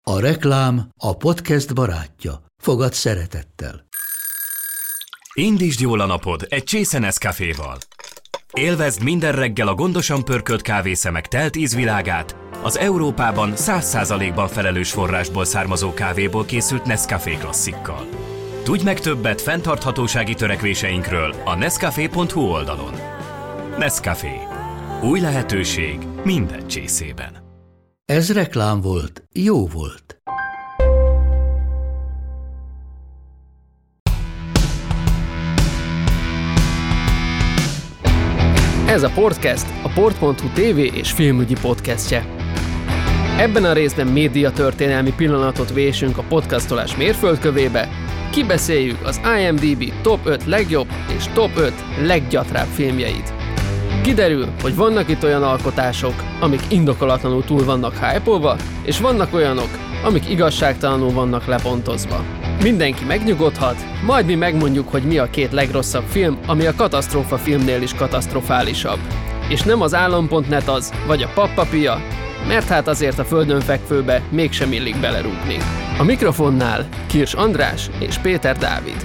A reklám a podcast barátja. Fogad szeretettel. Indítsd jól a napod egy csésze Nescaféval. Élvezd minden reggel a gondosan pörkölt kávészemek telt ízvilágát, az Európában 100%-ban felelős forrásból származó kávéból készült Nescafé klasszikkal. Tudj meg többet fenntarthatósági törekvéseinkről a nescafé.hu oldalon. Nescafé. Új lehetőség minden csészében. Ez reklám volt, jó volt. Ez a Portcast, a Port.hu TV és filmügyi podcastje. Ebben a részben médiatörténelmi pillanatot vésünk a podcastolás mérföldkövébe, kibeszéljük az IMDb Top 5 legjobb és Top 5 leggyatrább filmjeit. Kiderül, hogy vannak itt olyan alkotások, amik indokolatlanul túl vannak hype-olva, és vannak olyanok, amik igazságtalanul vannak lepontozva. Mindenki megnyugodhat, majd mi megmondjuk, hogy mi a két legrosszabb film, ami a katasztrófa filmnél is katasztrofálisabb. És nem az álom.net az, vagy a pappapia, mert hát azért a földön fekvőbe mégsem illik belerúgni. A mikrofonnál Kirs András és Péter Dávid.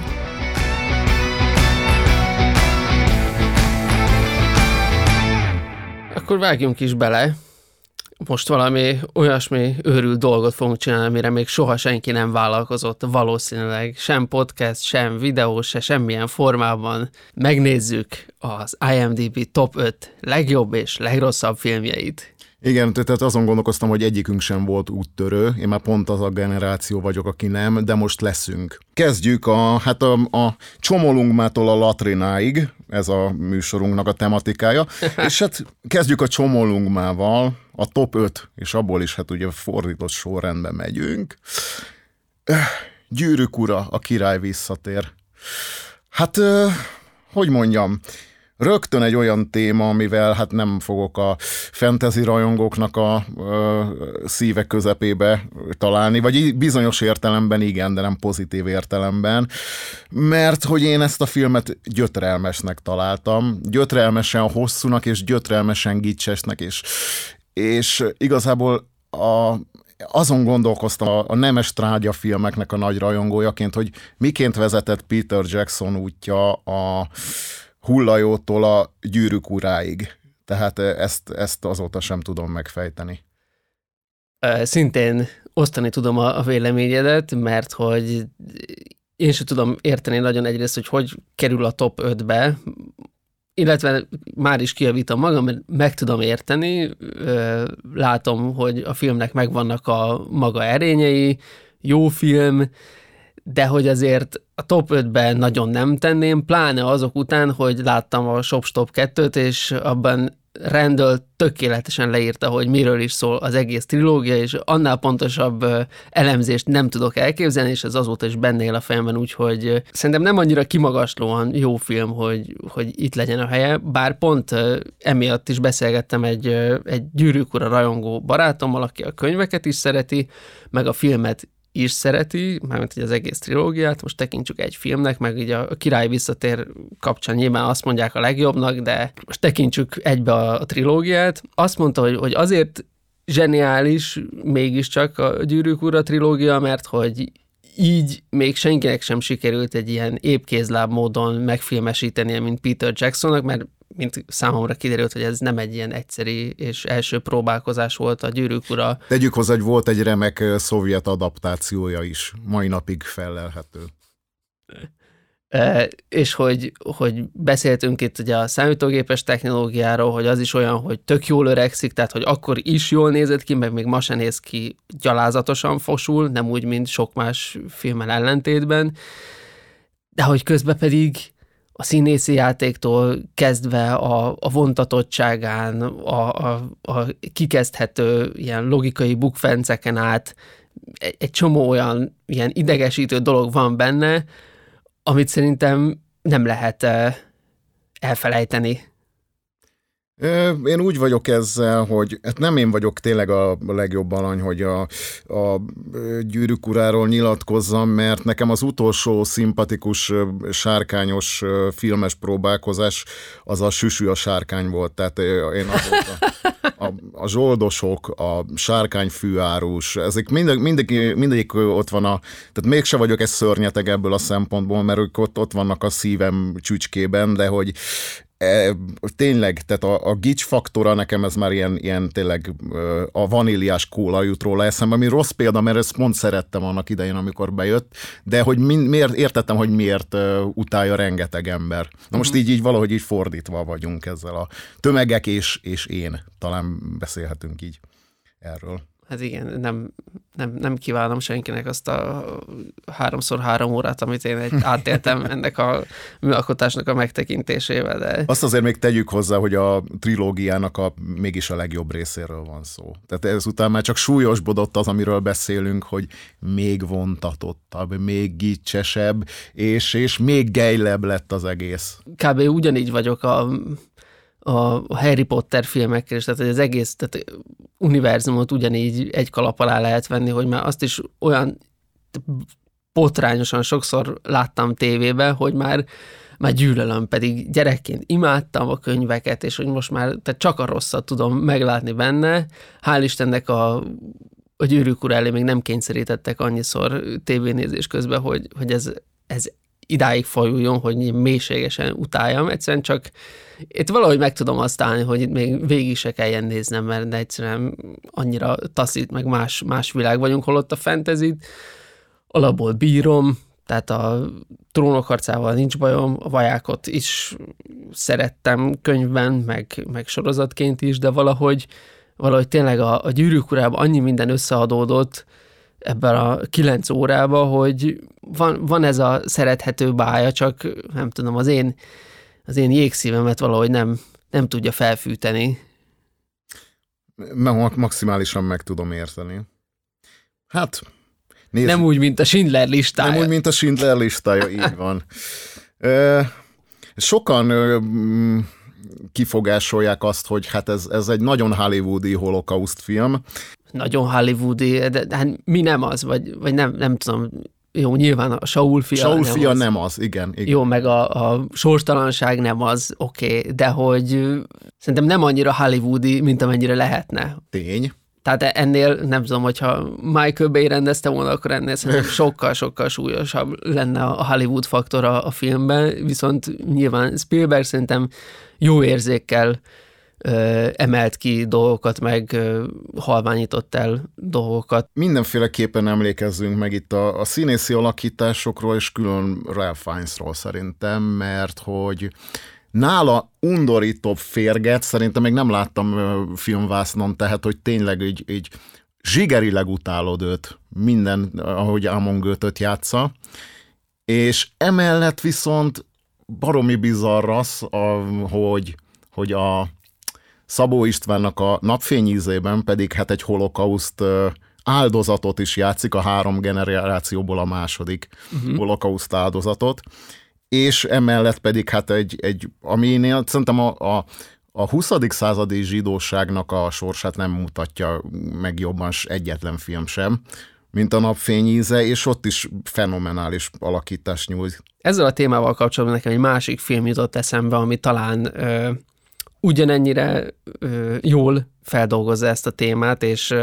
Akkor vágjunk is bele. Most valami olyasmi őrült dolgot fogunk csinálni, amire még soha senki nem vállalkozott, valószínűleg sem podcast, sem videó, se semmilyen formában. Megnézzük az IMDb Top 5 legjobb és legrosszabb filmjeit. Igen, tehát azon gondolkoztam, hogy egyikünk sem volt úttörő, én már pont az a generáció vagyok, aki nem, de most leszünk. Kezdjük a Csomolungmától a Latrináig, ez a műsorunknak a tematikája, és hát kezdjük a Csomolungmával, a Top 5, és abból is hát ugye fordított sorrendben megyünk. Gyűrűk ura, a király visszatér. Hát, hogy mondjam, rögtön egy olyan téma, amivel hát nem fogok a fantasy rajongóknak a szíve közepébe találni, vagy bizonyos értelemben igen, de nem pozitív értelemben, mert hogy én ezt a filmet gyötrelmesnek találtam, gyötrelmesen hosszúnak és gyötrelmesen gicsesnek, és igazából azon gondolkoztam a nemes trágya filmeknek a nagy rajongójaként, hogy miként vezetett Peter Jackson útja a Hullajótól a Gyűrűk uráig. Tehát ezt azóta sem tudom megfejteni. Szintén osztani tudom a véleményedet, mert hogy én sem tudom érteni nagyon egyrészt, hogy kerül a top 5-be, illetve már is kijavítom magam, mert meg tudom érteni, látom, hogy a filmnek megvannak a maga erényei, jó film, de hogy azért a top 5-ben nagyon nem tenném, pláne azok után, hogy láttam a Shop Stop 2-t, és abban Randall tökéletesen leírta, hogy miről is szól az egész trilógia, és annál pontosabb elemzést nem tudok elképzelni, és ez azóta is benne él a fejemben, úgyhogy szerintem nem annyira kimagaslóan jó film, hogy itt legyen a helye, bár pont emiatt is beszélgettem egy Gyűrűk ura rajongó barátommal, aki a könyveket is szereti, meg a filmet is szereti, mármint az egész trilógiát, most tekintsük egy filmnek, meg így a Király visszatér kapcsán nyilván azt mondják a legjobbnak, de most tekintsük egybe a trilógiát. Azt mondta, hogy azért zseniális mégiscsak a Gyűrűk ura trilógia, mert hogy így még senkinek sem sikerült egy ilyen épkézláb módon megfilmesítenie, mint Peter Jacksonnak, mert mint számomra kiderült, hogy ez nem egy ilyen egyszeri és első próbálkozás volt a Gyűrűk ura. Tegyük hozzá, hogy volt egy remek szovjet adaptációja is, mai napig fellelhető. És hogy beszéltünk itt ugye a számítógépes technológiáról, hogy az is olyan, hogy tök jól öregszik, tehát hogy akkor is jól nézett ki, meg még ma se néz ki gyalázatosan fosul, nem úgy, mint sok más filmmel ellentétben, de hogy közben pedig a színészi játéktól kezdve a vontatottságán, a kikezdhető ilyen logikai bukfenceken át egy csomó olyan ilyen idegesítő dolog van benne, amit szerintem nem lehet elfelejteni. Én úgy vagyok ezzel, hogy hát nem én vagyok tényleg a legjobb alany, hogy a Gyűrűk uráról nyilatkozzam, mert nekem az utolsó szimpatikus, sárkányos filmes próbálkozás az a Süsű a sárkány volt, tehát én azóta... a zsoldosok, a sárkányfűárus, ezek mindegyik ott van tehát mégse vagyok egy szörnyeteg ebből a szempontból, mert ők ott vannak a szívem csücskében, de hogy tényleg, tehát a gics faktora nekem ez már ilyen tényleg a vaníliás kóla jut róla eszembe, ami rossz példa, mert ezt pont szerettem annak idején, amikor bejött, de hogy miért értettem, hogy miért utálja rengeteg ember. Na most így valahogy így fordítva vagyunk ezzel a tömegek és én. Talán beszélhetünk így erről. Hát igen, nem kívánom senkinek azt a 3x3 órát, amit én átéltem ennek a műalkotásnak a megtekintésével. De... Azt azért még tegyük hozzá, hogy a trilógiának mégis a legjobb részéről van szó. Tehát ezután már csak súlyosbodott az, amiről beszélünk, hogy még vontatottabb, még gicsesebb, és még gejlebb lett az egész. Kb. Ugyanígy vagyok a Harry Potter filmekkel, és tehát az egész univerzumot ugyanígy egy kalap alá lehet venni, hogy már azt is olyan botrányosan sokszor láttam tévében, hogy már gyűlölöm, pedig gyerekként imádtam a könyveket, és hogy most már csak a rosszat tudom meglátni benne. Hál' Istennek a Gyűrűk ura elé még nem kényszerítettek annyiszor tévénézés közben, hogy ez idáig fajuljon, hogy mélységesen utáljam. Egyszerűen csak itt valahogy meg tudom azt állni, hogy itt még végig se kelljen néznem, mert egyszerűen annyira taszít, meg más világ vagyunk, holott a fantasyt alapból bírom, tehát a Trónok harcával nincs bajom, a Vajákot is szerettem könyvben, meg sorozatként is, de valahogy tényleg a Gyűrűk urában annyi minden összeadódott ebben a 9 órában, hogy van ez a szerethető bája, csak nem tudom, az én jégszívemet valahogy nem tudja felfűteni. Maximálisan meg tudom érteni. Hát, nézd. Nem úgy, mint a Schindler listája. Nem úgy, mint a Schindler listája, így van. Sokan kifogásolják azt, hogy hát ez egy nagyon hollywoodi holokauszt film. Nagyon hollywoodi, de hát mi nem az, vagy nem tudom. Jó, nyilván a Saul fia nem az, igen. Jó, meg a sorstalanság nem az, oké, de hogy szerintem nem annyira hollywoodi, mint amennyire lehetne. Tény. Tehát ennél, nem tudom, hogyha Michael Bay rendezte volna, akkor ennél szerintem sokkal súlyosabb lenne a Hollywood faktor a filmben, viszont nyilván Spielberg szerintem jó érzékkel emelt ki dolgokat, meg halványított el dolgokat. Mindenféleképpen emlékezzünk meg itt a színészi alakításokról, és külön Ralph Fiennesról szerintem, mert hogy nála undorítóbb férget szerintem még nem láttam filmvásznon, tehát hogy tényleg így zsigerileg utálod őt, minden, ahogy Amon Goethe-t játsza, és emellett viszont baromi bizarr az, hogy a Szabó Istvánnak a Napfény ízében pedig hát egy holokauszt áldozatot is játszik, a 3 generációból a második holokauszt áldozatot, és emellett pedig hát aminél szerintem a 20. századi zsidóságnak a sorsát nem mutatja meg jobban egyetlen film sem, mint a Napfény íze, és ott is fenomenális alakítás nyújt. Ezzel a témával kapcsolatban nekem egy másik film jutott eszembe, ami talán ugyanennyire jól feldolgozza ezt a témát,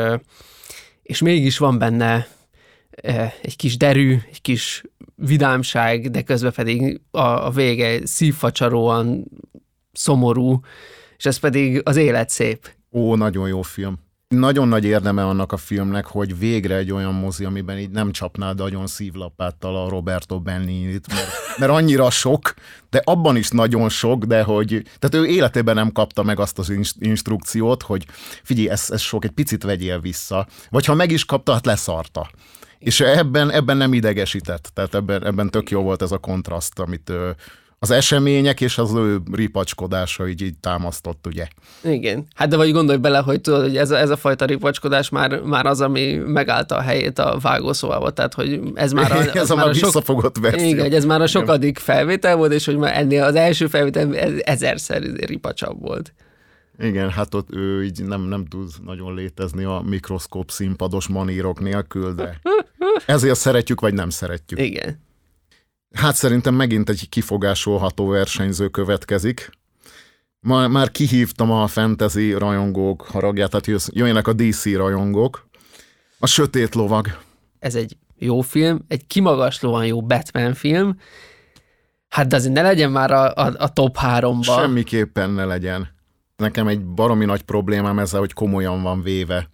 és mégis van benne egy kis derű, egy kis vidámság, de közben pedig a vége szívfacsaróan szomorú, és ez pedig Az élet szép. Ó, nagyon jó film. Nagyon nagy érdeme annak a filmnek, hogy végre egy olyan mozi, amiben így nem csapnád agyon szívlapáttal a Roberto Benigni-t, mert annyira sok, de abban is nagyon sok, de hogy, tehát ő életében nem kapta meg azt az instrukciót, hogy figyelj, ez sok, egy picit vegyél vissza, vagy ha meg is kapta, hát leszarta. És ebben nem idegesített, tehát ebben tök jó volt ez a kontraszt, amit az események és az ő ripacskodása így támasztott, ugye? Igen. Hát de vagy gondolj bele, hogy tudod, hogy ez a fajta ripacskodás már az, ami megállta a helyét a vágószobába, tehát hogy ez már ez már visszafogott verzió. Igen, ez már a sokadik felvétel volt, és hogy már ennél az első felvétel 1000-szer ripacsabb volt. Igen, hát ott ő így nem tud nagyon létezni a mikroszkóp színpados manírok nélkül, de ezért szeretjük, vagy nem szeretjük. Igen. Hát szerintem megint egy kifogásolható versenyző következik. Már kihívtam a fantasy rajongók haragját, tehát jöjjenek a DC rajongók. A Sötét Lovag. Ez egy jó film, egy kimagaslóan jó Batman film, hát de azért ne legyen már a top 3-ba. Semmiképpen ne legyen. Nekem egy baromi nagy problémám ezzel, hogy komolyan van véve.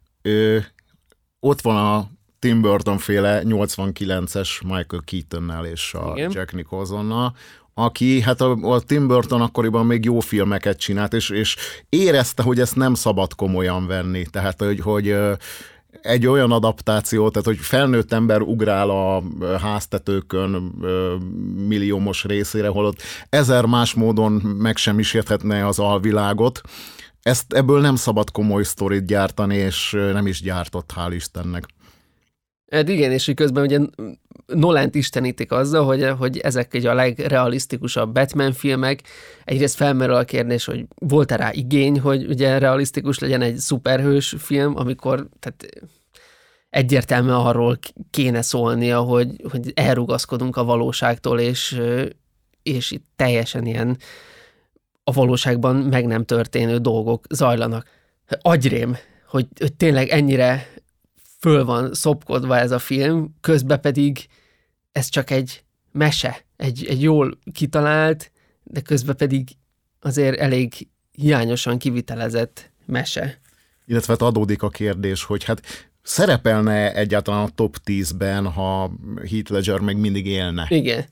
Ott van a Tim Burton féle 89-es Michael Keatonnel és a Igen. Jack Nicholsonnal, aki hát a Tim Burton akkoriban még jó filmeket csinált, és érezte, hogy ezt nem szabad komolyan venni. Tehát, hogy egy olyan adaptáció, tehát hogy felnőtt ember ugrál a háztetőkön milliómos részére, holott 1000 más módon megsemmisíthetne az alvilágot. Ebből nem szabad komoly sztorit gyártani, és nem is gyártott, hál' Istennek. Hát igen, és közben ugye Nolant istenítik azzal, hogy ezek egy a legrealisztikusabb Batman filmek. Egyrészt felmerül a kérdés, hogy volt-e rá igény, hogy ugye realisztikus legyen egy szuperhős film, amikor tehát egyértelműen arról kéne szólnia, hogy elrugaszkodunk a valóságtól, és itt teljesen ilyen a valóságban meg nem történő dolgok zajlanak. Agyrém, hogy tényleg ennyire föl van szopkodva ez a film, közben pedig ez csak egy mese, egy jól kitalált, de közben pedig azért elég hiányosan kivitelezett mese. Illetve adódik a kérdés, hogy hát szerepelne egyáltalán a top 10-ben, ha Heath Ledger még mindig élne? Igen.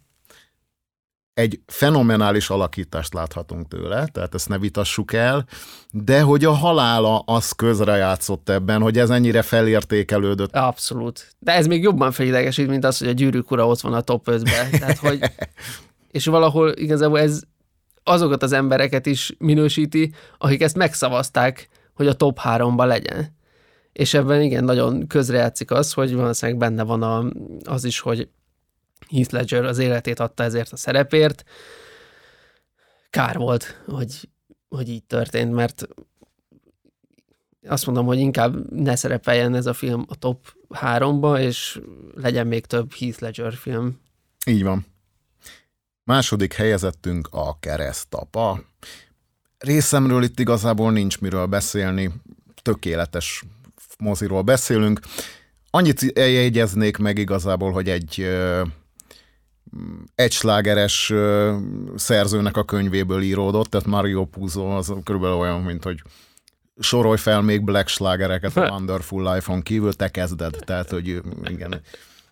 Egy fenomenális alakítást láthatunk tőle, tehát ezt ne vitassuk el, de hogy a halála az közrejátszott ebben, hogy ez ennyire felértékelődött. Abszolút. De ez még jobban felidegesít, mint az, hogy a Gyűrűk ura ott van a top 5-ben. Tehát, hogy, és valahol igazából ez azokat az embereket is minősíti, akik ezt megszavazták, hogy a top 3-ban legyen. És ebben igen, nagyon közrejátszik az, hogy valószínűleg benne van az is, hogy Heath Ledger az életét adta ezért a szerepért. Kár volt, hogy így történt, mert azt mondom, hogy inkább ne szerepeljen ez a film a top 3-ba, és legyen még több Heath Ledger film. Így van. Második helyezettünk a Keresztapa. Részemről itt igazából nincs miről beszélni, tökéletes moziról beszélünk. Annyit jegyeznék meg igazából, hogy egy slágeres szerzőnek a könyvéből íródott, tehát Mario Puzo az körülbelül olyan, mint hogy sorolj fel még black slágereket a Wonderful Life-on kívül, te kezded. Tehát, hogy igen.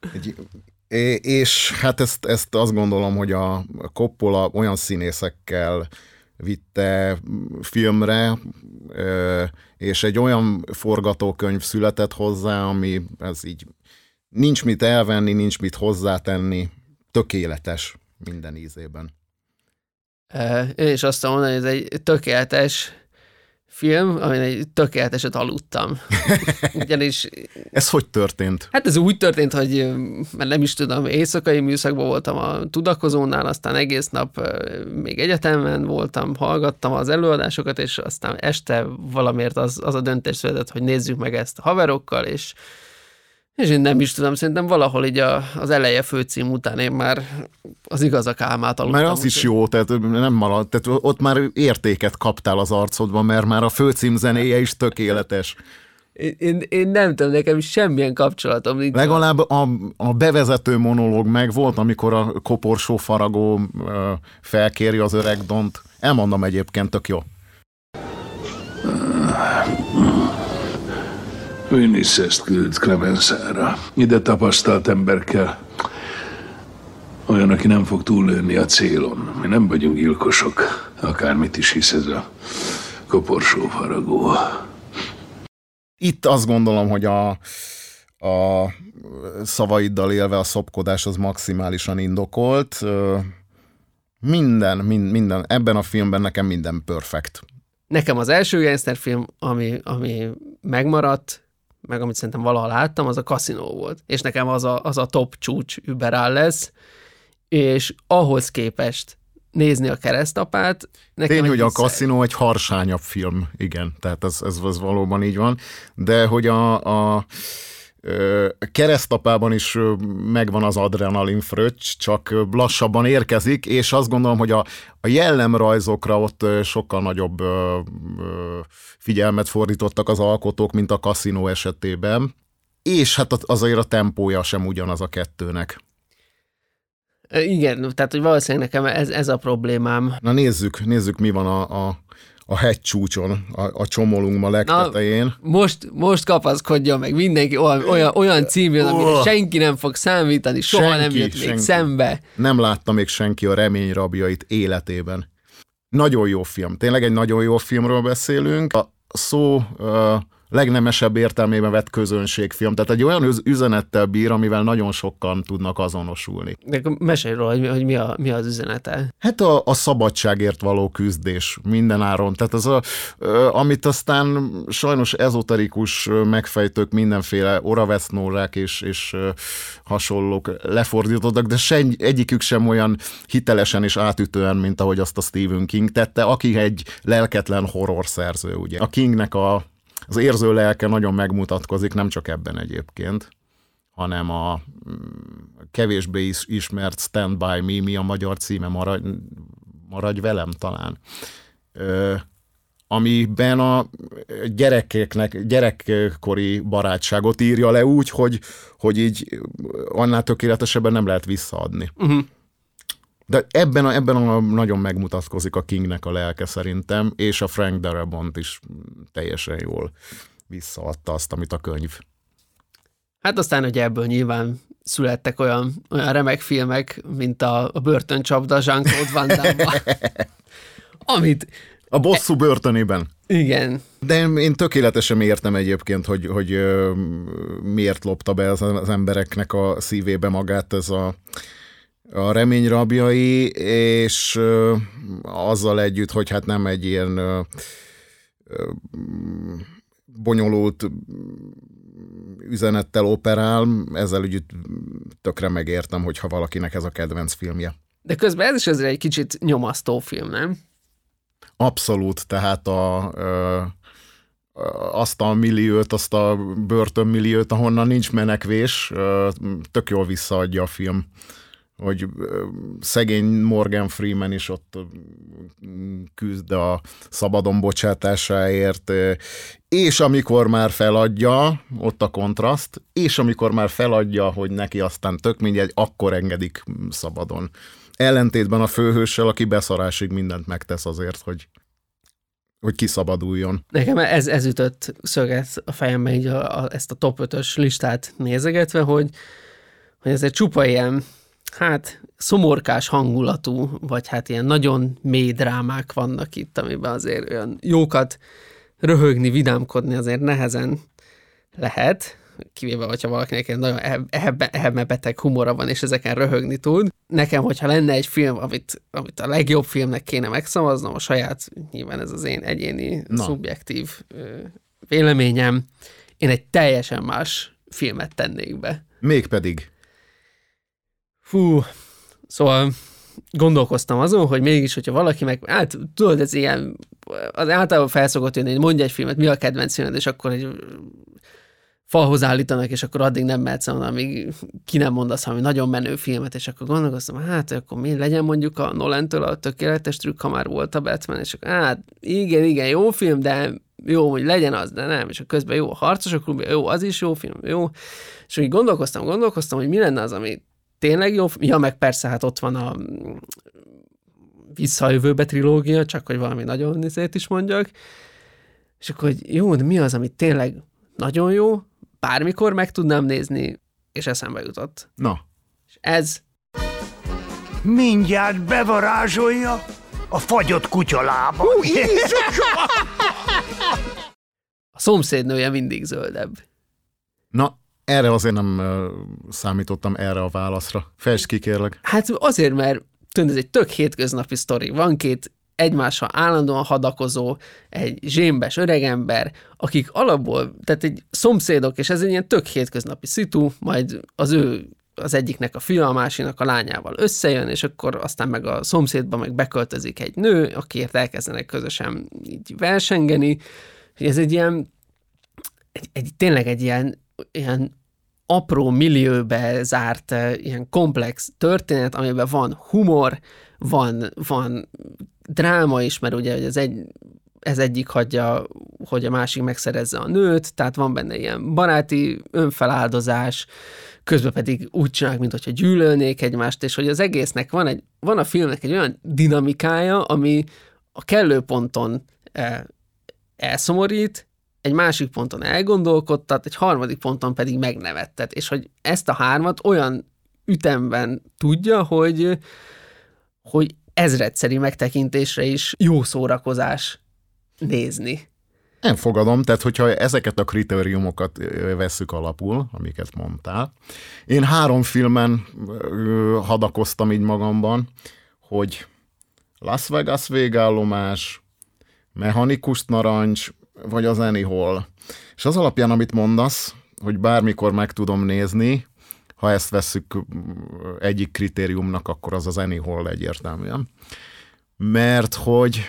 És hát ezt azt gondolom, hogy a Coppola olyan színészekkel vitte filmre, és egy olyan forgatókönyv született hozzá, ami ez így nincs mit elvenni, nincs mit hozzátenni, tökéletes minden ízében. És azt mondom, hogy ez egy tökéletes film, amin egy tökéleteset aludtam. Ugyanis... Ez hogy történt? Hát ez úgy történt, hogy mert nem is tudom, éjszakai műszakban voltam a tudakozónál, aztán egész nap még egyetemen voltam, hallgattam az előadásokat, és aztán este valamiért az a döntés született, hogy nézzük meg ezt a haverokkal, és én nem is tudom, szerintem valahol így az eleje főcím után én már az igazak álmát aludtam. Mert az is jó, tehát nem maradt, tehát ott már értéket kaptál az arcodban, mert már a főcím zenéje is tökéletes. Én nem tudom, nekem semmilyen kapcsolatom nincs. Legalább a bevezető monológ meg volt, amikor a koporsó faragó felkéri az öreg Dont. Elmondom egyébként, tök jó. Unisest küld Clemenzára. Ide tapasztalt ember kell. Olyan, aki nem fog túllőni a célon. Mi nem vagyunk gyilkosok. Akármit is hisz ez a koporsófaragó. Itt azt gondolom, hogy a szavaiddal élve a szopkodás az maximálisan indokolt. Minden, ebben a filmben nekem minden perfekt. Nekem az első gangsterfilm, ami megmaradt, meg amit szerintem valaha láttam, az a Casino volt. És nekem az a top csúcs Über alles, és ahhoz képest nézni a Keresztapát. Tény, hogy a Casino egy harsányabb film, igen, tehát ez valóban így van, de hogy keresztapában is megvan az adrenalin fröccs, csak lassabban érkezik, és azt gondolom, hogy a jellemrajzokra ott sokkal nagyobb figyelmet fordítottak az alkotók, mint a Casino esetében, és hát azért a tempója sem ugyanaz a kettőnek. Igen, tehát hogy valószínűleg nekem ez a problémám. Na nézzük mi van a hegycsúcson, a Csomolunkma legtetején. Most kapaszkodjon meg mindenki, olyan cím jön, amire senki nem fog számítani, soha nem jött még szembe. Nem látta még senki a Remény rabjait életében. Nagyon jó film, tényleg egy nagyon jó filmről beszélünk. A szó legnemesebb értelmében vett közönségfilm, tehát egy olyan üzenettel bír, amivel nagyon sokan tudnak azonosulni. De mesélj róla, hogy mi az üzenete? Hát a szabadságért való küzdés mindenáron. Tehát amit aztán sajnos ezoterikus megfejtők, mindenféle oravecnórák és hasonlók lefordítottak, de egyikük sem olyan hitelesen és átütően, mint ahogy azt a Stephen King tette, aki egy lelketlen horror szerző, ugye. A Kingnek az érző lelke nagyon megmutatkozik, nem csak ebben egyébként, hanem a kevésbé ismert Stand By Me, mi a magyar címe, Maradj velem talán, amiben a gyerekkori barátságot írja le úgy, hogy így annál tökéletesebben nem lehet visszaadni. Uh-huh. De ebben nagyon megmutatkozik a Kingnek a lelke szerintem, és a Frank Darabont is teljesen jól visszaadta azt, amit a könyv. Hát aztán, hogy ebből nyilván születtek olyan remek filmek, mint a Börtöncsapda Jean-Claude Van Damme-ba, amit... A bosszú börtönében. Igen. De én tökéletesen értem egyébként, hogy miért lopta be az embereknek a szívébe magát ez a Remény rabjai, és azzal együtt, hogy hát nem egy ilyen bonyolult üzenettel operál, ezzel együtt tökre megértem, hogyha valakinek ez a kedvenc filmje. De közben ez is azért egy kicsit nyomasztó film, nem? Abszolút, tehát azt a milliót, azt a börtönmilliót, ahonnan nincs menekvés, tök jól visszaadja a film, hogy szegény Morgan Freeman is ott küzd a szabadon bocsátásáért, és amikor már feladja, ott a kontraszt, és amikor már feladja, hogy neki aztán tök mindegy, akkor engedik szabadon. Ellentétben a főhőssel, aki beszarásig mindent megtesz azért, hogy kiszabaduljon. Nekem ez ütött szöget a fejembe, így ezt a top 5-ös listát nézegetve, hogy ezért csupa ilyen szomorkás hangulatú, vagy hát ilyen nagyon mély drámák vannak itt, amiben azért olyan jókat röhögni, vidámkodni azért nehezen lehet, kivéve, hogyha valakinek egy nagyon beteg humora van, és ezeken röhögni tud. Nekem, hogyha lenne egy film, amit a legjobb filmnek kéne megszavaznom, a saját, nyilván ez az én egyéni, szubjektív véleményem, én egy teljesen más filmet tennék be. Mégpedig? Szóval gondolkoztam azon, hogy mégis, hogyha valaki tudod, ez ilyen, az általában felszokott jönni, hogy mondja egy filmet, mi a kedvenc filmed, és akkor egy falhoz állítanak, és akkor addig nem mehetsz, amíg ki nem mondasz valami nagyon menő filmet, és akkor gondolkoztam, akkor mi legyen mondjuk a Nolantől a Tökéletes trükk, ha már volt a Batman, és akkor igen, jó film, de jó, hogy legyen az, de nem, és akkor közben jó, a Harcosok klubja, jó, az is jó film, jó, és úgy gondolkoztam, hogy mi lenne az, ami tényleg jó, meg persze, hát ott van a Vissza a jövőbe trilógia, csak hogy valami nagyon nézét is mondjak, és akkor, hogy jó, de mi az, ami tényleg nagyon jó, bármikor meg tudnám nézni, és eszembe jutott. Na. És ez... Mindjárt bevarázsolja a fagyott kutyalába. A szomszédnője mindig zöldebb. Na, erre azért nem számítottam erre a válaszra. Fejtsd ki, kérlek. Hát azért, mert ez egy tök hétköznapi sztori. Van két egymással állandóan hadakozó, egy zsémbes öregember, akik alapból, tehát egy szomszédok, és ez egy ilyen tök hétköznapi szitu, majd az egyiknek a fia, a másiknak a lányával összejön, és akkor aztán meg a szomszédba meg beköltözik egy nő, akiért elkezdenek közösen így versengeni. Ez egy ilyen, tényleg egy ilyen apró millióbe zárt ilyen komplex történet, amiben van humor, van dráma is, mert ugye ez egyik hagyja, hogy a másik megszerezze a nőt, tehát van benne ilyen baráti önfeláldozás, közben pedig úgy csinálják, mintha gyűlölnék egymást, és hogy az egésznek van a filmnek egy olyan dinamikája, ami a kellő ponton elszomorít, egy másik ponton elgondolkodtat, egy harmadik ponton pedig megnevettet, és hogy ezt a hármat olyan ütemben tudja, hogy ezredszeri megtekintésre is jó szórakozás nézni. Nem fogadom, tehát hogyha ezeket a kritériumokat vesszük alapul, amiket mondtál. Én 3 filmen hadakoztam így magamban, hogy Las Vegas végállomás, Mechanikus narancs, vagy az Annie Hall. És az alapján, amit mondasz, hogy bármikor meg tudom nézni, ha ezt vesszük egyik kritériumnak, akkor az Annie Hall egyértelműen. Mert hogy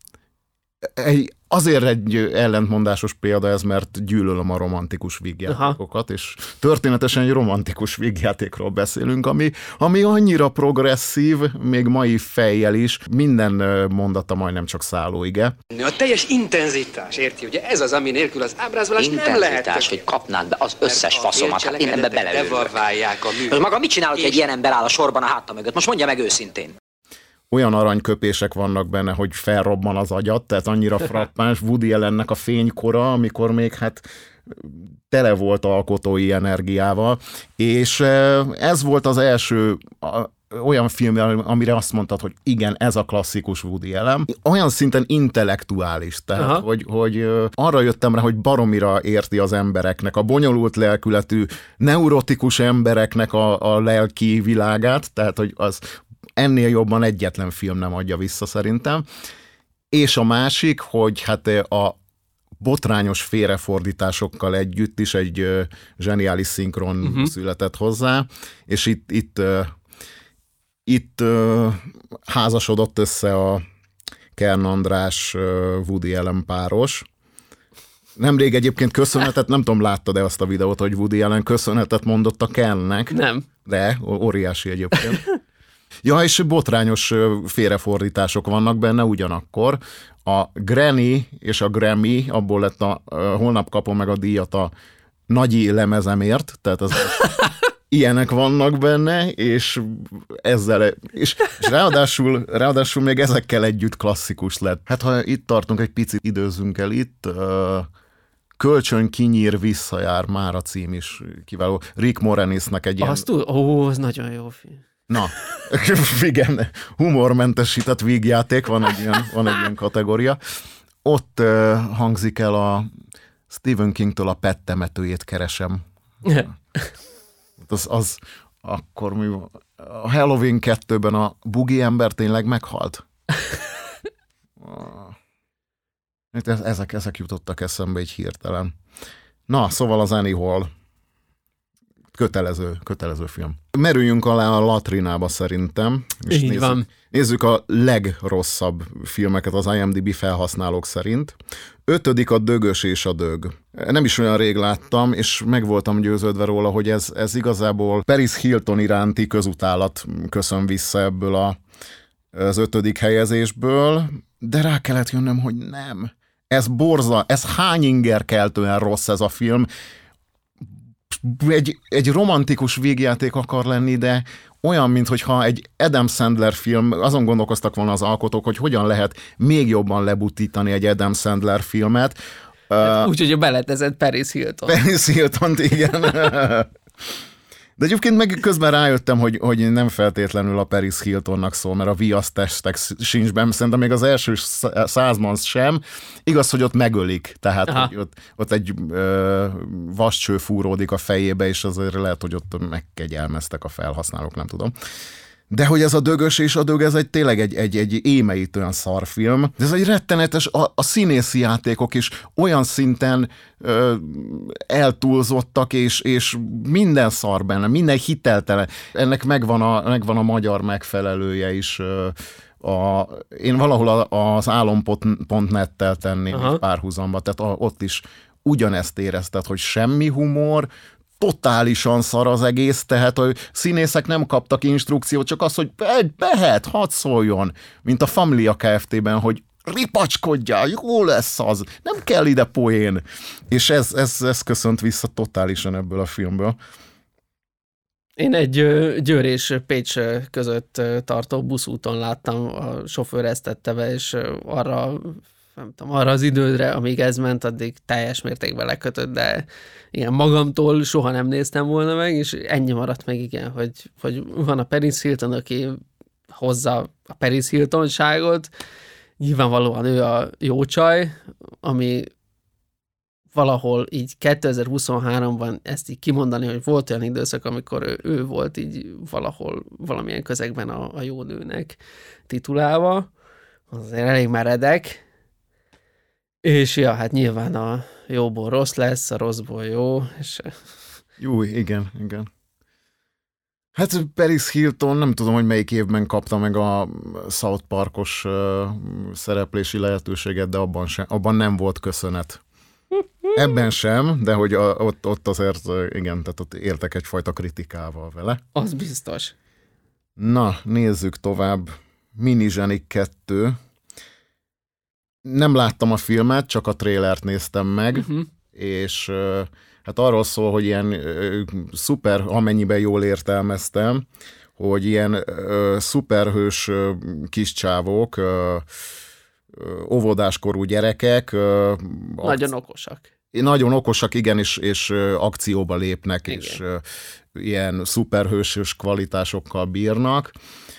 azért egy ellentmondásos példa ez, mert gyűlölöm a romantikus vígjátékokat, és történetesen egy romantikus vígjátékról beszélünk, ami annyira progresszív, még mai fejjel is, minden mondata majdnem csak szállóige. A teljes intenzitás, érti? Ugye ez az, ami nélkül az ábrázolás nem lehet. Intenzitás, hogy kapnád be az összes faszomat, hát én ebbe beleülök. Most maga mit csinál, hogy egy ilyen ember áll a sorban a háta mögött? Most mondja meg őszintén. Olyan aranyköpések vannak benne, hogy felrobban az agyat, tehát annyira frappáns Woody Allennek a fénykora, amikor még hát tele volt alkotói energiával, és ez volt az első olyan film, amire azt mondtad, hogy igen, ez a klasszikus Woody Allen. Olyan szinten intellektuális, tehát hogy arra jöttem rá, hogy baromira érti az embereknek, a bonyolult lelkületű, neurotikus embereknek a lelki világát, tehát hogy az ennél jobban egyetlen film nem adja vissza szerintem. És a másik, hogy hát a botrányos félrefordításokkal együtt is egy zseniális szinkron született hozzá, és itt házasodott össze a Kern András Woody Allen páros. Nemrég egyébként köszönetet, nem tudom, láttad-e azt a videót, hogy Woody Allen köszönetet mondott a Kernnek? Nem. De, óriási egyébként. Ja, és botrányos félrefordítások vannak benne ugyanakkor. A Granny és a Grammy, abból lett holnap kapom meg a díjat a nagyi lemezemért, tehát az ilyenek vannak benne, és ezzel, és ráadásul még ezekkel együtt klasszikus lett. Hát ha itt tartunk, egy picit időzzünk el itt, Kölcsön kinyír, visszajár, már a cím is kiváló. Rick Moranisnak egy ilyen... az nagyon jó film. Na, igen, humormentesített vígjáték, van egy ilyen kategória. Ott hangzik el a Stephen Kingtől a Pet temetőjét keresem. Az akkor mi van? A Halloween 2-ben a bugi ember tényleg meghalt? Ezek jutottak eszembe így hirtelen. Na, szóval az Annie Hall. Kötelező film. Merüljünk alá a latrinába szerintem. És nézzük a legrosszabb filmeket az IMDb felhasználók szerint. 5. a Dögös és a Dög. Nem is olyan rég láttam, és meg voltam győződve róla, hogy ez igazából Paris Hilton iránti közutálat köszön vissza ebből az 5. helyezésből, de rá kellett jönnöm, hogy nem. Ez hányingerkeltően rossz ez a film. Egy romantikus vígjáték akar lenni, de olyan, mintha egy Adam Sandler film, azon gondolkoztak volna az alkotók, hogy hogyan lehet még jobban lebutítani egy Adam Sandler filmet. Úgyhogy beletezett Paris Hilton. Paris Hiltont, igen. De egyébként meg közben rájöttem, hogy nem feltétlenül a Paris Hiltonnak szól, mert a viasztestek sincs benne, szerintem még az első 100-ban sem. Igaz, hogy ott megölik, tehát hogy ott egy vascső fúródik a fejébe, és azért lehet, hogy ott megkegyelmeztek a felhasználók, nem tudom. De hogy ez a Dögös és a Dög, ez tényleg egy émeítően szarfilm. De ez egy rettenetes, a színészi játékok is olyan szinten eltúlzottak, és minden szar benne, minden hiteltelen. Ennek megvan a magyar megfelelője is. Én valahol az álom.net-tel tenném párhuzamba, tehát ott is ugyanezt érezted, hogy semmi humor, totálisan szar az egész, tehát a színészek nem kaptak instrukciót, csak az, hogy behet, hadd szóljon, mint a Família Kft-ben, hogy ripacskodjál, jó lesz az, nem kell ide poén. És ez köszönt vissza totálisan ebből a filmből. Én egy Győr és Pécs között tartó buszúton láttam, a sofőr ezt tette be, és arra, nem tudom, arra az időre, amíg ez ment, addig teljes mértékben lekötött, de igen, magamtól soha nem néztem volna meg, és ennyi maradt meg, igen, hogy van a Paris Hilton, aki hozza a Paris Hiltonságot, nyilvánvalóan ő a jó csaj, ami valahol így 2023-ban ezt így kimondani, hogy volt olyan időszak, amikor ő volt így valahol valamilyen közegben a jó nőnek titulálva, az azért elég meredek, és ja, hát nyilván a jóból rossz lesz, a rosszból jó, és... Jó, igen. Hát Paris Hilton, nem tudom, hogy melyik évben kapta meg a South Parkos szereplési lehetőséget, de abban nem volt köszönet. Ebben sem, de hogy ott azért, igen, tehát ott éltek egyfajta kritikával vele. Az biztos. Na, nézzük tovább. Mini Zsenik 2. Nem láttam a filmet, csak a trélert néztem meg, és hát arról szól, hogy ilyen szuper, amennyiben jól értelmeztem, hogy ilyen szuperhős kis csávók, óvodáskorú gyerekek. Nagyon okosak. Nagyon okosak, igen, és akcióba lépnek, igen. És ilyen szuperhősös kvalitásokkal bírnak.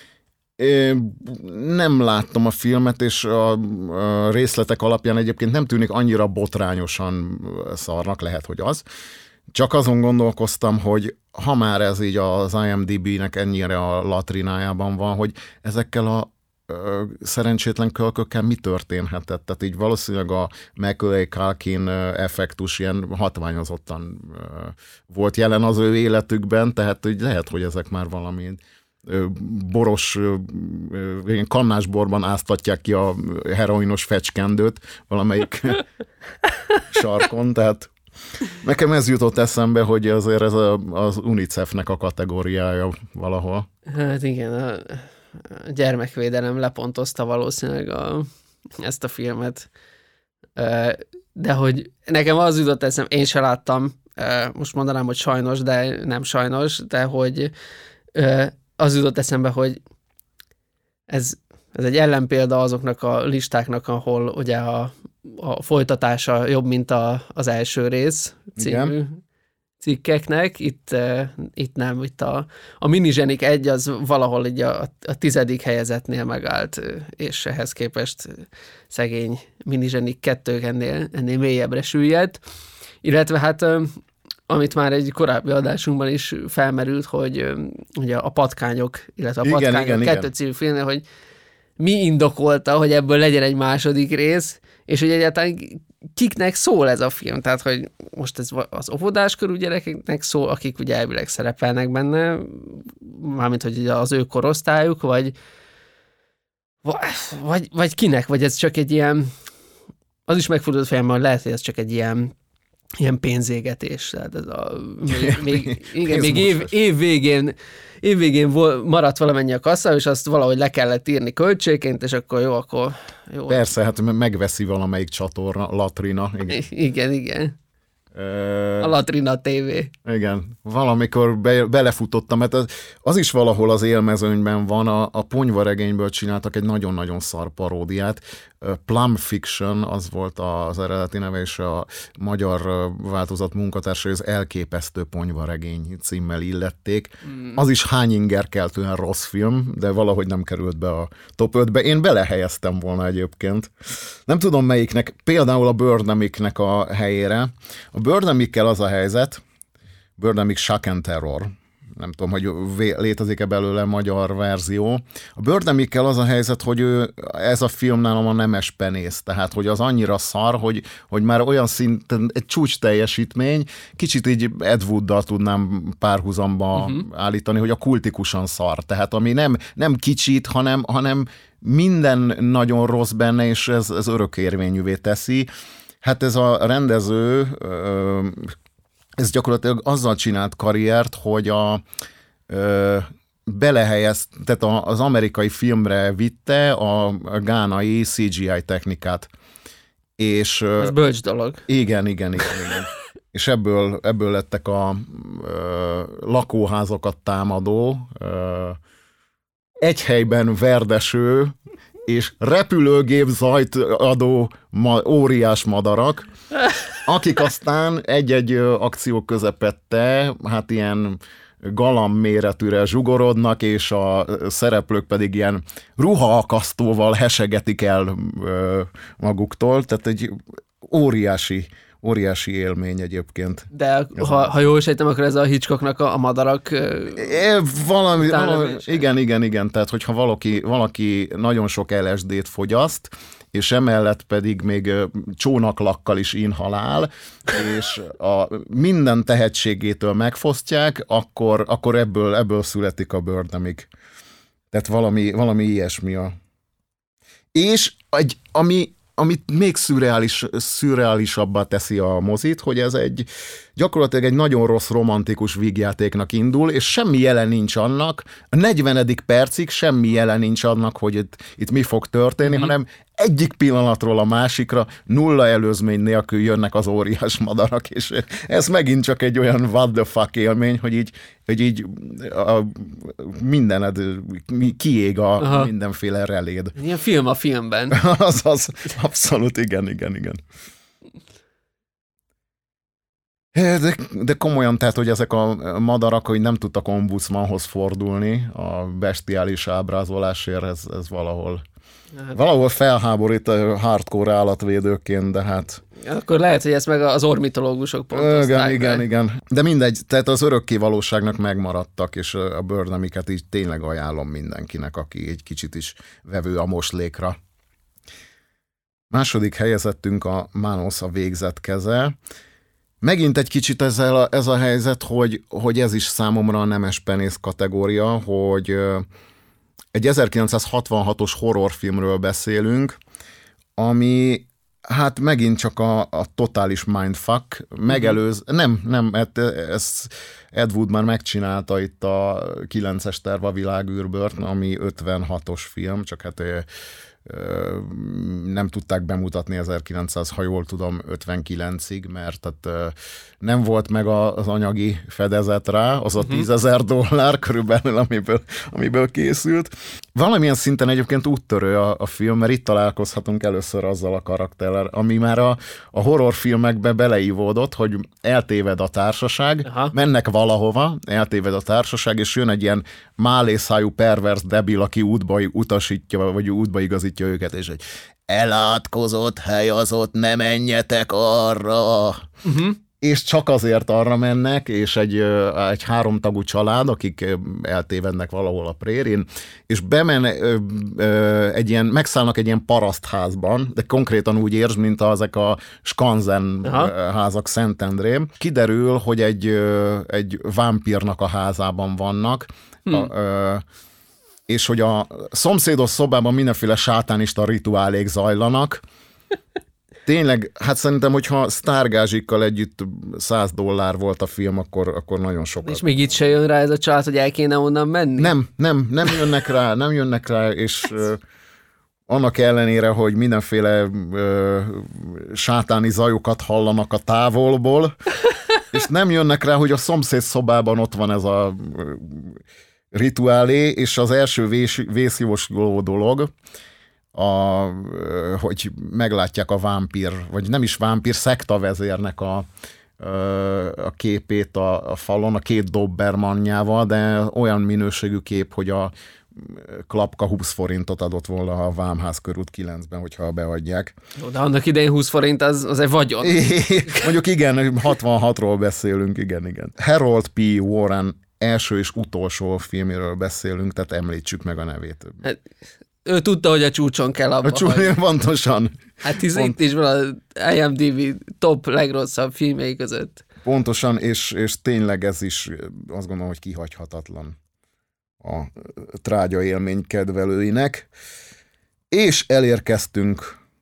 Nem láttam a filmet, és a részletek alapján egyébként nem tűnik annyira botrányosan szarnak, lehet, hogy az. Csak azon gondolkoztam, hogy ha már ez így az IMDb-nek ennyire a latrinájában van, hogy ezekkel a szerencsétlen kölkökkel mi történhetett? Tehát így valószínűleg a Macaulay Culkin effektus ilyen hatványozottan volt jelen az ő életükben, tehát így lehet, hogy ezek már valami boros, kannásborban áztatják ki a heroinos fecskendőt valamelyik sarkon, tehát nekem ez jutott eszembe, hogy azért ez az UNICEF-nek a kategóriája valahol. Hát igen, a gyermekvédelem lepontozta valószínűleg ezt a filmet. De hogy nekem az jutott eszembe, én se láttam, most mondanám, hogy sajnos, de nem sajnos, de hogy az jutott eszembe, hogy ez egy ellenpélda azoknak a listáknak, ahol ugye a folytatása jobb, mint az első rész című cikkeknek. Itt nem, itt a Mini Zsenik 1 az valahol így a 10. helyezetnél megállt, és ehhez képest szegény Mini Zsenik 2 ennél mélyebbre süllyedt. Illetve hát amit már egy korábbi adásunkban is felmerült, hogy ugye a Patkányok, illetve a Patkányok 2 című filmnél, hogy mi indokolta, hogy ebből legyen egy második rész, és hogy egyáltalán kiknek szól ez a film. Tehát, hogy most ez az óvodáskorú gyerekeknek szól, akik ugye elvileg szerepelnek benne, mármint, hogy az ő korosztályuk, vagy kinek, vagy ez csak egy ilyen, az is megfordult fejemben, hogy lehet, hogy ez csak egy ilyen pénzégetés. Tehát ez még év végén maradt valamennyi a kassa, és azt valahogy le kellett írni költségként, és akkor jó. Persze, hát megveszi valamelyik csatorna, Latrina. Igen. A Latrina TV. Igen, valamikor belefutottam, mert az is valahol az élmezőnyben van, a Ponyvaregényből csináltak egy nagyon-nagyon szar paródiát, Plum Fiction, az volt az eredeti neve, és a magyar változat munkatársai az Elképesztő Ponyvaregény címmel illették. Az is hányingerkeltően rossz film, de valahogy nem került be a top 5-be. Én belehelyeztem volna egyébként. Nem tudom melyiknek, például a Birdemic-nek a helyére. A Birdemic-kel az a helyzet, Birdemic Shock and Terror, nem tudom, hogy létezik-e belőle magyar verzió. A Birdemic-kel az a helyzet, hogy ez a film nálam a nemes penész, tehát hogy az annyira szar, hogy már olyan szinten egy csúcs teljesítmény, kicsit így Ed Wooddal tudnám párhuzamba állítani, hogy a kultikusan szar, tehát ami nem kicsit, hanem minden nagyon rossz benne, és ez örökérvényűvé teszi. Hát ez a rendező ez gyakorlatilag azzal csinált karriert, hogy tehát az amerikai filmre vitte a gánai CGI technikát. És, ez bölcs dolog. Igen. És ebből lettek a lakóházakat támadó, egy helyben verdeső és repülőgép zajt adó óriás madarak, akik aztán egy-egy akció közepette, hát ilyen galamb méretűre zsugorodnak, és a szereplők pedig ilyen ruhaakasztóval hesegetik el maguktól, tehát egy óriási élmény egyébként. De ha jól sejtem, akkor ez a Hitchcocknak a madarak... Valami igen, tehát hogyha valaki nagyon sok LSD-t fogyaszt, és emellett pedig még csónaklakkal is inhalál, és minden tehetségétől megfosztják, akkor ebből születik a Birdemic. Tehát valami ilyesmi És amit még szürreálisabbá teszi a mozit, hogy ez gyakorlatilag egy nagyon rossz romantikus vígjátéknak indul, és semmi jele nincs annak, a 40. percig semmi jele nincs annak, hogy itt mi fog történni, hanem egyik pillanatról a másikra nulla előzmény nélkül jönnek az óriás madarak, és ez megint csak egy olyan what the fuck élmény, hogy így mindened kiég mindenféle reléd. Ilyen film a filmben. Az abszolút, igen. De komolyan, tehát, hogy ezek a madarak, hogy nem tudtak ombudsmanhoz fordulni a bestiális ábrázolásért, ez valahol felháborít a hardcore állatvédőként, de hát... Akkor lehet, hogy ezt meg az ornitológusok pontozták. Igen. De mindegy, tehát az örökké valóságnak megmaradtak, és a Birdemic-et így tényleg ajánlom mindenkinek, aki egy kicsit is vevő a moslékra. Második helyezettünk a Manos, a végzett keze. Megint egy kicsit ez a helyzet, hogy ez is számomra a nemes penész kategória, hogy egy 1966-os horrorfilmről beszélünk, ami hát megint csak a totális mindfuck, nem, ezt Ed Wood már megcsinálta itt a 9-es terv a világűrbört, ami 56-os film, csak hát nem tudták bemutatni 1900, ha jól tudom, 59-ig, mert tehát nem volt meg az anyagi fedezet rá, az a $10,000 körülbelül, amiből készült. Valamilyen szinten egyébként úttörő a film, mert itt találkozhatunk először azzal a karakterrel, ami már a horrorfilmekbe beleívódott, hogy eltéved a társaság, mennek valahova, eltéved a társaság, és jön egy ilyen málészájú pervers debil, aki útba utasítja, vagy útba igazítja őket, és egy elátkozott hely az ott, ne menjetek arra. És csak azért arra mennek, és egy háromtagú család, akik eltévednek valahol a prérin, és megszállnak egy ilyen parasztházban, de konkrétan úgy értsd, mint ezek a skanzen házak Szentendrén. Kiderül, hogy egy vámpírnak a házában vannak, és hogy a szomszédos szobában mindenféle sátánista rituálék zajlanak. Tényleg, hát szerintem, hogyha sztárgázsikkal együtt $100 volt a film, akkor nagyon sokat. És még itt se jön rá ez a család, hogy el kéne onnan menni? Nem jönnek rá, és annak ellenére, hogy mindenféle sátáni zajokat hallanak a távolból, és nem jönnek rá, hogy a szomszéd szobában ott van ez a rituálé, és az első vészjósló dolog, hogy meglátják a vámpír, vagy nem is vámpír, szektavezérnek a képét a falon, a 2 dobermannjával, de olyan minőségű kép, hogy a Klapka 20 forintot adott volna a Vámház körút 9-ben, hogyha beadják. Jó, de annak idején 20 forint az egy vagyon. Mondjuk igen, 66-ról beszélünk, igen. Harold P. Warren első és utolsó filméről beszélünk, tehát említsük meg a nevét. Hát, ő tudta, hogy a csúcson kell abba hagyni. Pontosan. Hát itt is van az IMDb top legrosszabb filmjei között. Pontosan, és tényleg ez is azt gondolom, hogy kihagyhatatlan a trágya élmény kedvelőinek. És elérkeztünk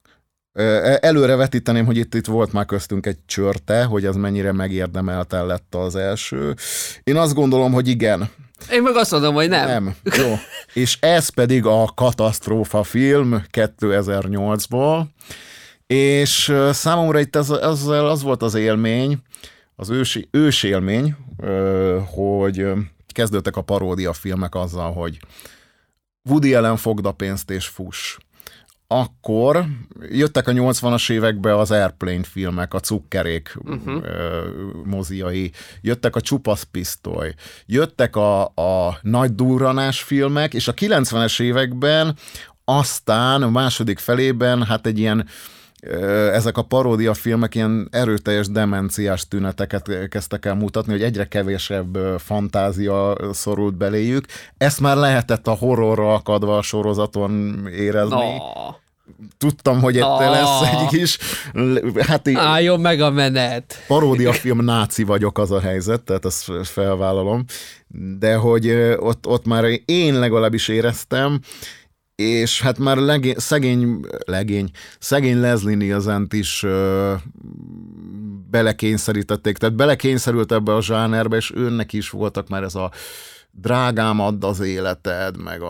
Előre vetíteném, hogy itt volt már köztünk egy csörte, hogy ez mennyire megérdemelten lett az első. Én azt gondolom, hogy igen. Én meg azt mondom, hogy nem. Nem. Jó. És ez pedig a katasztrófa film 2008-ból, és számomra itt az volt az élmény, az ősélmény, hogy kezdődtek a paródia filmek azzal, hogy Woody Allen fogd a pénzt és fuss. Akkor jöttek a 80-as években az Airplane filmek, a cukkerék moziai, jöttek a Csupasz pisztoly, jöttek a nagy durranás filmek, és a 90-es években aztán a második felében hát egy ilyen ezek a paródia filmek ilyen erőteljes demenciás tüneteket kezdtek el mutatni, hogy egyre kevésebb fantázia szorult beléjük. Ezt már lehetett a horrorra akadva a sorozaton érezni. Tudtam, hogy ettől lesz egy kis... Hát álljon meg a menet! Paródia film náci vagyok, az a helyzet, tehát ezt felvállalom. De hogy ott már én legalábbis éreztem, és hát már szegény Leslie Nielsen-t is belekényszerítették, tehát belekényszerült ebbe a zsánerbe, és őnek is voltak már ez a drágám, add az életed, meg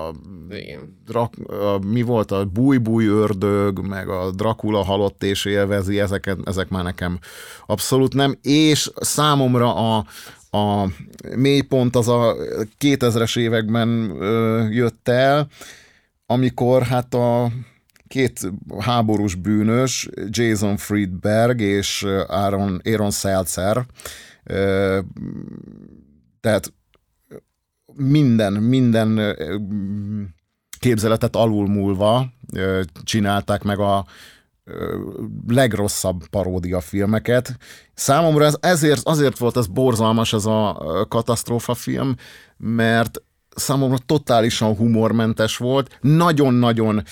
mi volt a búj ördög, meg a Dracula halott és élvezi, ezek már nekem abszolút nem, és számomra a mélypont az a 2000-es években jött el, amikor hát a két háborús bűnös, Jason Friedberg és Aaron Seltzer, tehát minden képzeletet alulmúlva csinálták meg a legrosszabb paródia filmeket. Számomra azért volt ez borzalmas, ez a katasztrófa film, mert számomra totálisan humormentes volt, nagyon-nagyon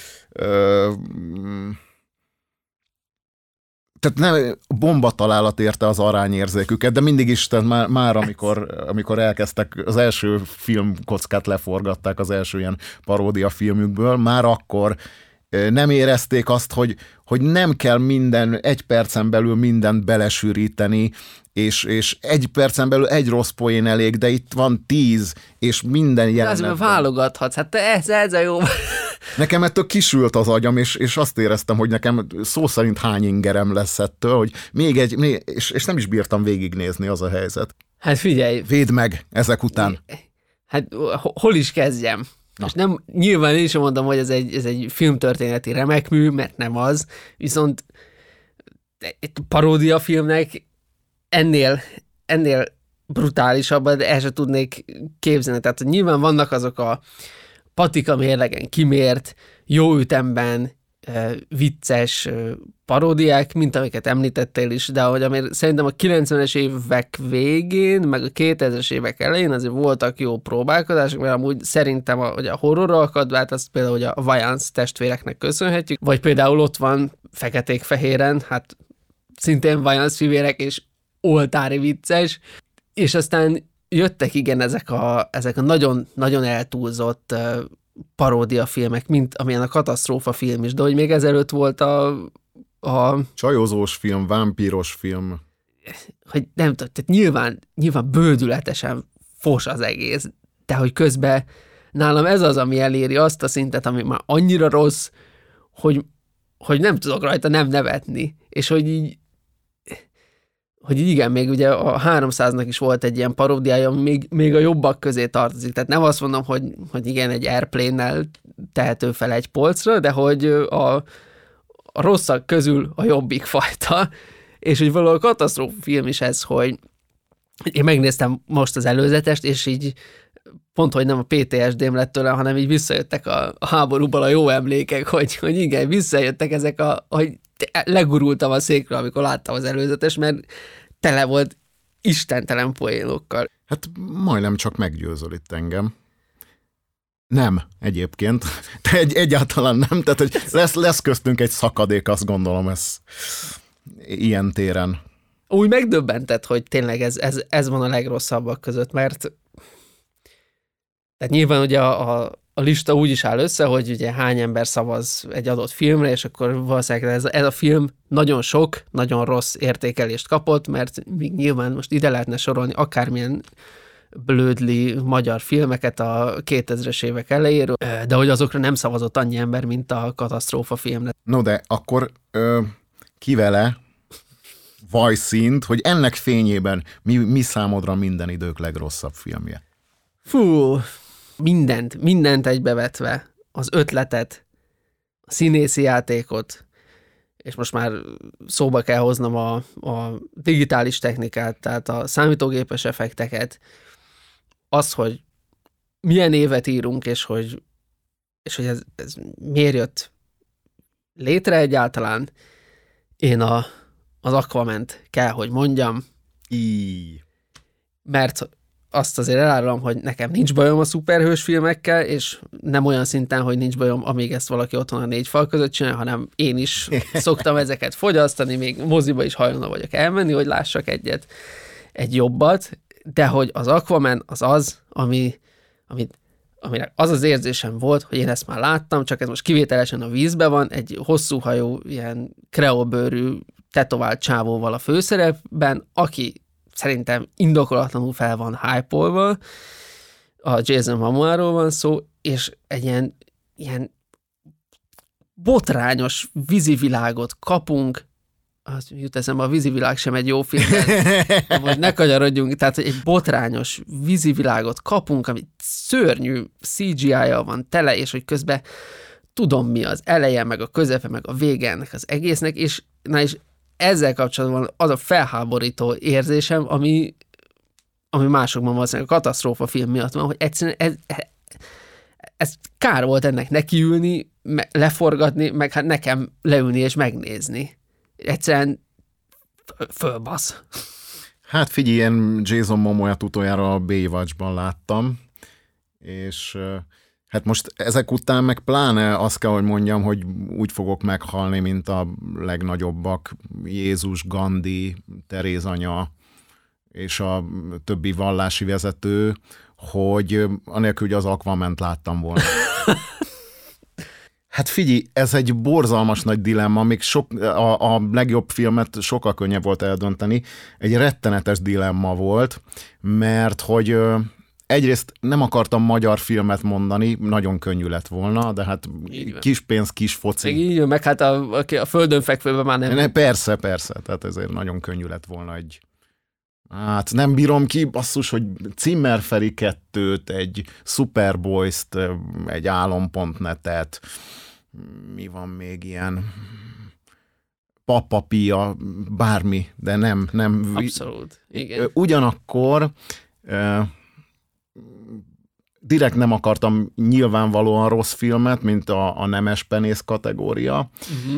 tehát nem bombatalálat érte az arányérzéküket, de mindig is, tehát már amikor elkezdtek, az első filmkockát leforgatták az első ilyen paródia filmükből, már akkor nem érezték azt, hogy nem kell egy percen belül mindent belesűríteni, és egy percen belül egy rossz poén elég, de itt van 10, és minden jelenetben. Azért válogathatsz, hát ez a jó. Nekem ettől kisült az agyam, és azt éreztem, hogy nekem szó szerint hány ingerem lesz ettől, hogy és nem is bírtam végignézni, az a helyzet. Hát figyelj. Védd meg ezek után. Hát hol is kezdjem? Na. És nem, nyilván én sem mondom, hogy ez egy filmtörténeti remekmű, mert nem az, viszont egy paródia filmnek ennél brutálisabban el sem tudnék képzelni. Tehát nyilván vannak azok a patika mérlegen kimért, jó ütemben vicces paródiák, mint amiket említettél is, de ahogy szerintem a 90-es évek végén, meg a 2000-es évek elején azért voltak jó próbálkozások, mert amúgy szerintem hogy a horrorra akadvált, azt például hogy a Wayans testvéreknek köszönhetjük, vagy például ott van feketék-fehéren, hát szintén Wayans fivérek, és oltári vicces, és aztán jöttek igen ezek a nagyon, nagyon eltúlzott paródia filmek, mint amilyen a katasztrófa film is, de hogy még ezelőtt volt a csajozós film, vámpíros film. Hogy nem tudom, tehát nyilván bődületesen fos az egész, de hogy közben nálam ez az, ami eléri azt a szintet, ami már annyira rossz, hogy nem tudok rajta nem nevetni, és hogy így igen, még ugye a 300-nak is volt egy ilyen paródiája, ami még a jobbak közé tartozik. Tehát nem azt mondom, hogy igen, egy Airplane-nel tehető fel egy polcra, de hogy a rosszak közül a jobbik fajta, és hogy valahol katasztrófa film is ez, hogy én megnéztem most az előzetest, és így pont, hogy nem a PTSD-m lett tőle, hanem így visszajöttek a háborúból a jó emlékek, hogy igen, visszajöttek ezek hogy legurultam a székről, amikor láttam az előzetes, mert tele volt istentelen poénokkal. Hát majdnem csak meggyőzöl itt engem. Nem, egyébként. De egyáltalán nem. Tehát, hogy lesz köztünk egy szakadék, azt gondolom, ez ilyen téren. Úgy megdöbbentett, hogy tényleg ez van a legrosszabbak között, mert tehát nyilván ugye a a lista úgy is áll össze, hogy ugye hány ember szavaz egy adott filmre, és akkor valószínűleg ez a film nagyon sok, nagyon rossz értékelést kapott, mert még nyilván most ide lehetne sorolni akármilyen blödli magyar filmeket a 2000-es évek elejéről, de hogy azokra nem szavazott annyi ember, mint a katasztrófa filmre. No de akkor kivele vajszínt, hogy ennek fényében mi számodra minden idők legrosszabb filmje? Fú, mindent egybevetve. Az ötletet, a színészi játékot, és most már szóba kell hoznom a digitális technikát, tehát a számítógépes effekteket, az, hogy milyen évet írunk, és hogy ez miért jött létre egyáltalán, én az Aquament kell, hogy mondjam, mert azt azért elárulom, hogy nekem nincs bajom a szuperhős filmekkel, és nem olyan szinten, hogy nincs bajom, amíg ezt valaki otthon a 4 fal között csinál, hanem én is szoktam ezeket fogyasztani, még moziba is hajlandó vagyok elmenni, hogy lássak egy jobbat, de hogy az Aquaman az, aminek az az érzésem volt, hogy én ezt már láttam, csak ez most kivételesen a vízben van, egy hosszú hajú, ilyen kreolbőrű, tetovált csávóval a főszerepben, aki szerintem indokolatlanul fel van hype-olva, a Jason Momoáról van szó, és egy ilyen botrányos vízivilágot kapunk, az jut eszembe, a vízivilág sem egy jó film, de most ne kanyarodjunk, tehát hogy egy botrányos vízivilágot kapunk, ami szörnyű CGI-jal van tele, és hogy közben tudom mi az eleje, meg a közepe, meg a vége ennek az egésznek, és ezzel kapcsolatban az a felháborító érzésem, ami másokban valószínűleg a katasztrófa film miatt van, hogy egyszerűen ez kár volt ennek nekiülni, leforgatni, meg hát nekem leülni és megnézni. Egyszerűen fölbasz. Hát figyelj, én Jason Momoát utoljára a Baywatch-ban láttam, és hát most ezek után meg pláne azt kell, hogy mondjam, hogy úgy fogok meghalni, mint a legnagyobbak, Jézus, Gandhi, Teréz anya és a többi vallási vezető, hogy anélkül, hogy az Aquament láttam volna. Hát figyelj, ez egy borzalmas nagy dilemma, még a legjobb filmet sokkal könnyebb volt eldönteni. Egy rettenetes dilemma volt, mert hogy egyrészt nem akartam magyar filmet mondani, nagyon könnyű lett volna, de hát kis pénz, kis foci. Így, meg hát a földön fekvőben már nem. Persze, tehát ezért nagyon könnyű lett volna egy... Hát nem bírom ki, basszus, hogy Zimmerferi 2-t, egy Superboys-t, egy Álom.net-et, mi van még ilyen, Papapia, bármi, de nem. Abszolút, igen. Ugyanakkor direkt nem akartam nyilvánvalóan rossz filmet, mint a nemes penész kategória,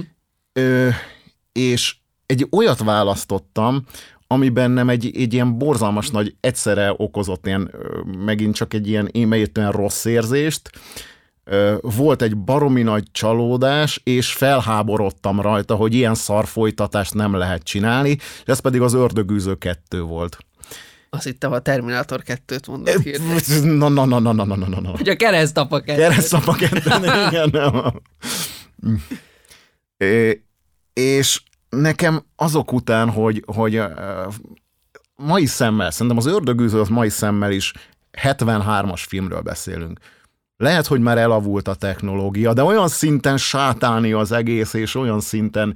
és egy olyat választottam, ami bennem egy ilyen borzalmas nagy, egyszerre okozott ilyen, megint csak egy ilyen émeértően rossz érzést, volt egy baromi nagy csalódás, és felháborodtam rajta, hogy ilyen szar folytatást nem lehet csinálni, és ez pedig az Ördögűző 2 volt. Azt hittem a Terminátor 2-t mondott hirtelen. Na. Hogy a Keresztapa 2. Keresztapa 2, igen. És nekem azok után, hogy mai szemmel, szerintem az Ördögűző az mai szemmel is 73-as filmről beszélünk. Lehet, hogy már elavult a technológia, de olyan szinten sátáni az egész, és olyan szinten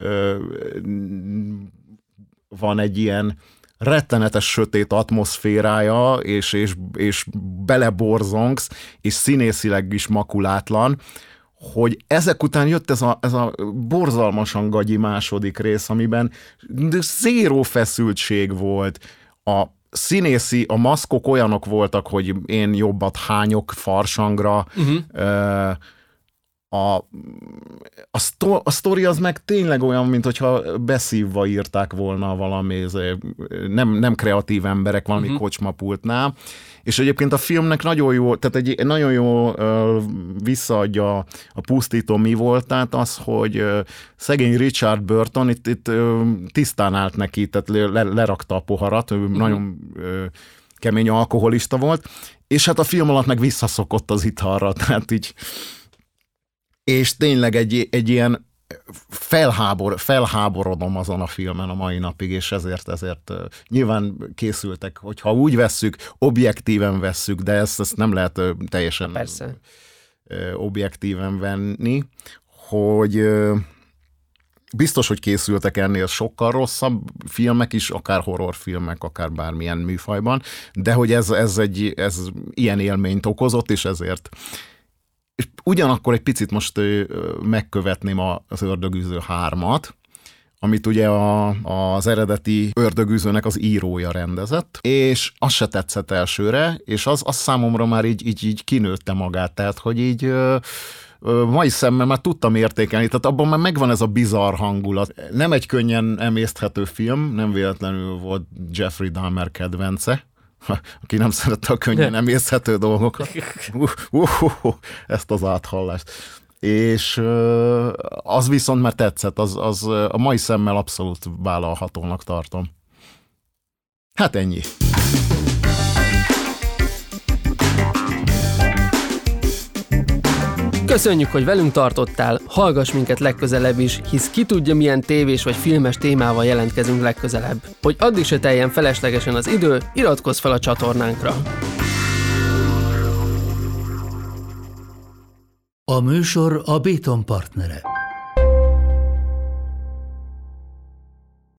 van egy ilyen rettenetes sötét atmoszférája, és beleborzongsz, és színészileg is makulátlan, hogy ezek után jött ez a borzalmasan gagyi második rész, amiben zéró feszültség volt, a maszkok olyanok voltak, hogy én jobbat hányok farsangra, a sztori az meg tényleg olyan, mint hogyha beszívva írták volna valami, nem kreatív emberek valami kocsmapultnál, és egyébként a filmnek nagyon jó, tehát egy nagyon jó visszaadja a pusztító mi voltát az, hogy szegény Richard Burton itt tisztán állt neki, tehát lerakta a poharat, nagyon kemény alkoholista volt, és hát a film alatt meg visszaszokott az italra, tehát így, és tényleg egy ilyen felháborodom azon a filmen a mai napig, és ezért nyilván készültek, hogyha úgy vesszük, objektíven vesszük, de ezt nem lehet teljesen Persze. Objektíven venni, hogy biztos, hogy készültek ennél sokkal rosszabb filmek is, akár horrorfilmek, akár bármilyen műfajban, de hogy ez ilyen élményt okozott, és ezért. És ugyanakkor egy picit most megkövetném az Ördögűző 3-at, amit ugye az eredeti Ördögűzőnek az írója rendezett, és az se tetszett elsőre, és az számomra már így kinőtte magát, tehát hogy így mai szemmel már tudtam értékelni, tehát abban már megvan ez a bizarr hangulat. Nem egy könnyen emészthető film, nem véletlenül volt Jeffrey Dahmer kedvence, aki nem szerette a könnyen emészthető dolgokat. Ezt az áthallást. És az viszont már tetszett, az a mai szemmel abszolút vállalhatónak tartom. Hát ennyi. Köszönjük, hogy velünk tartottál, hallgass minket legközelebb is, hisz ki tudja, milyen tévés vagy filmes témával jelentkezünk legközelebb. Hogy addig se teljen feleslegesen az idő, iratkozz fel a csatornánkra. A műsor a Béton partnere.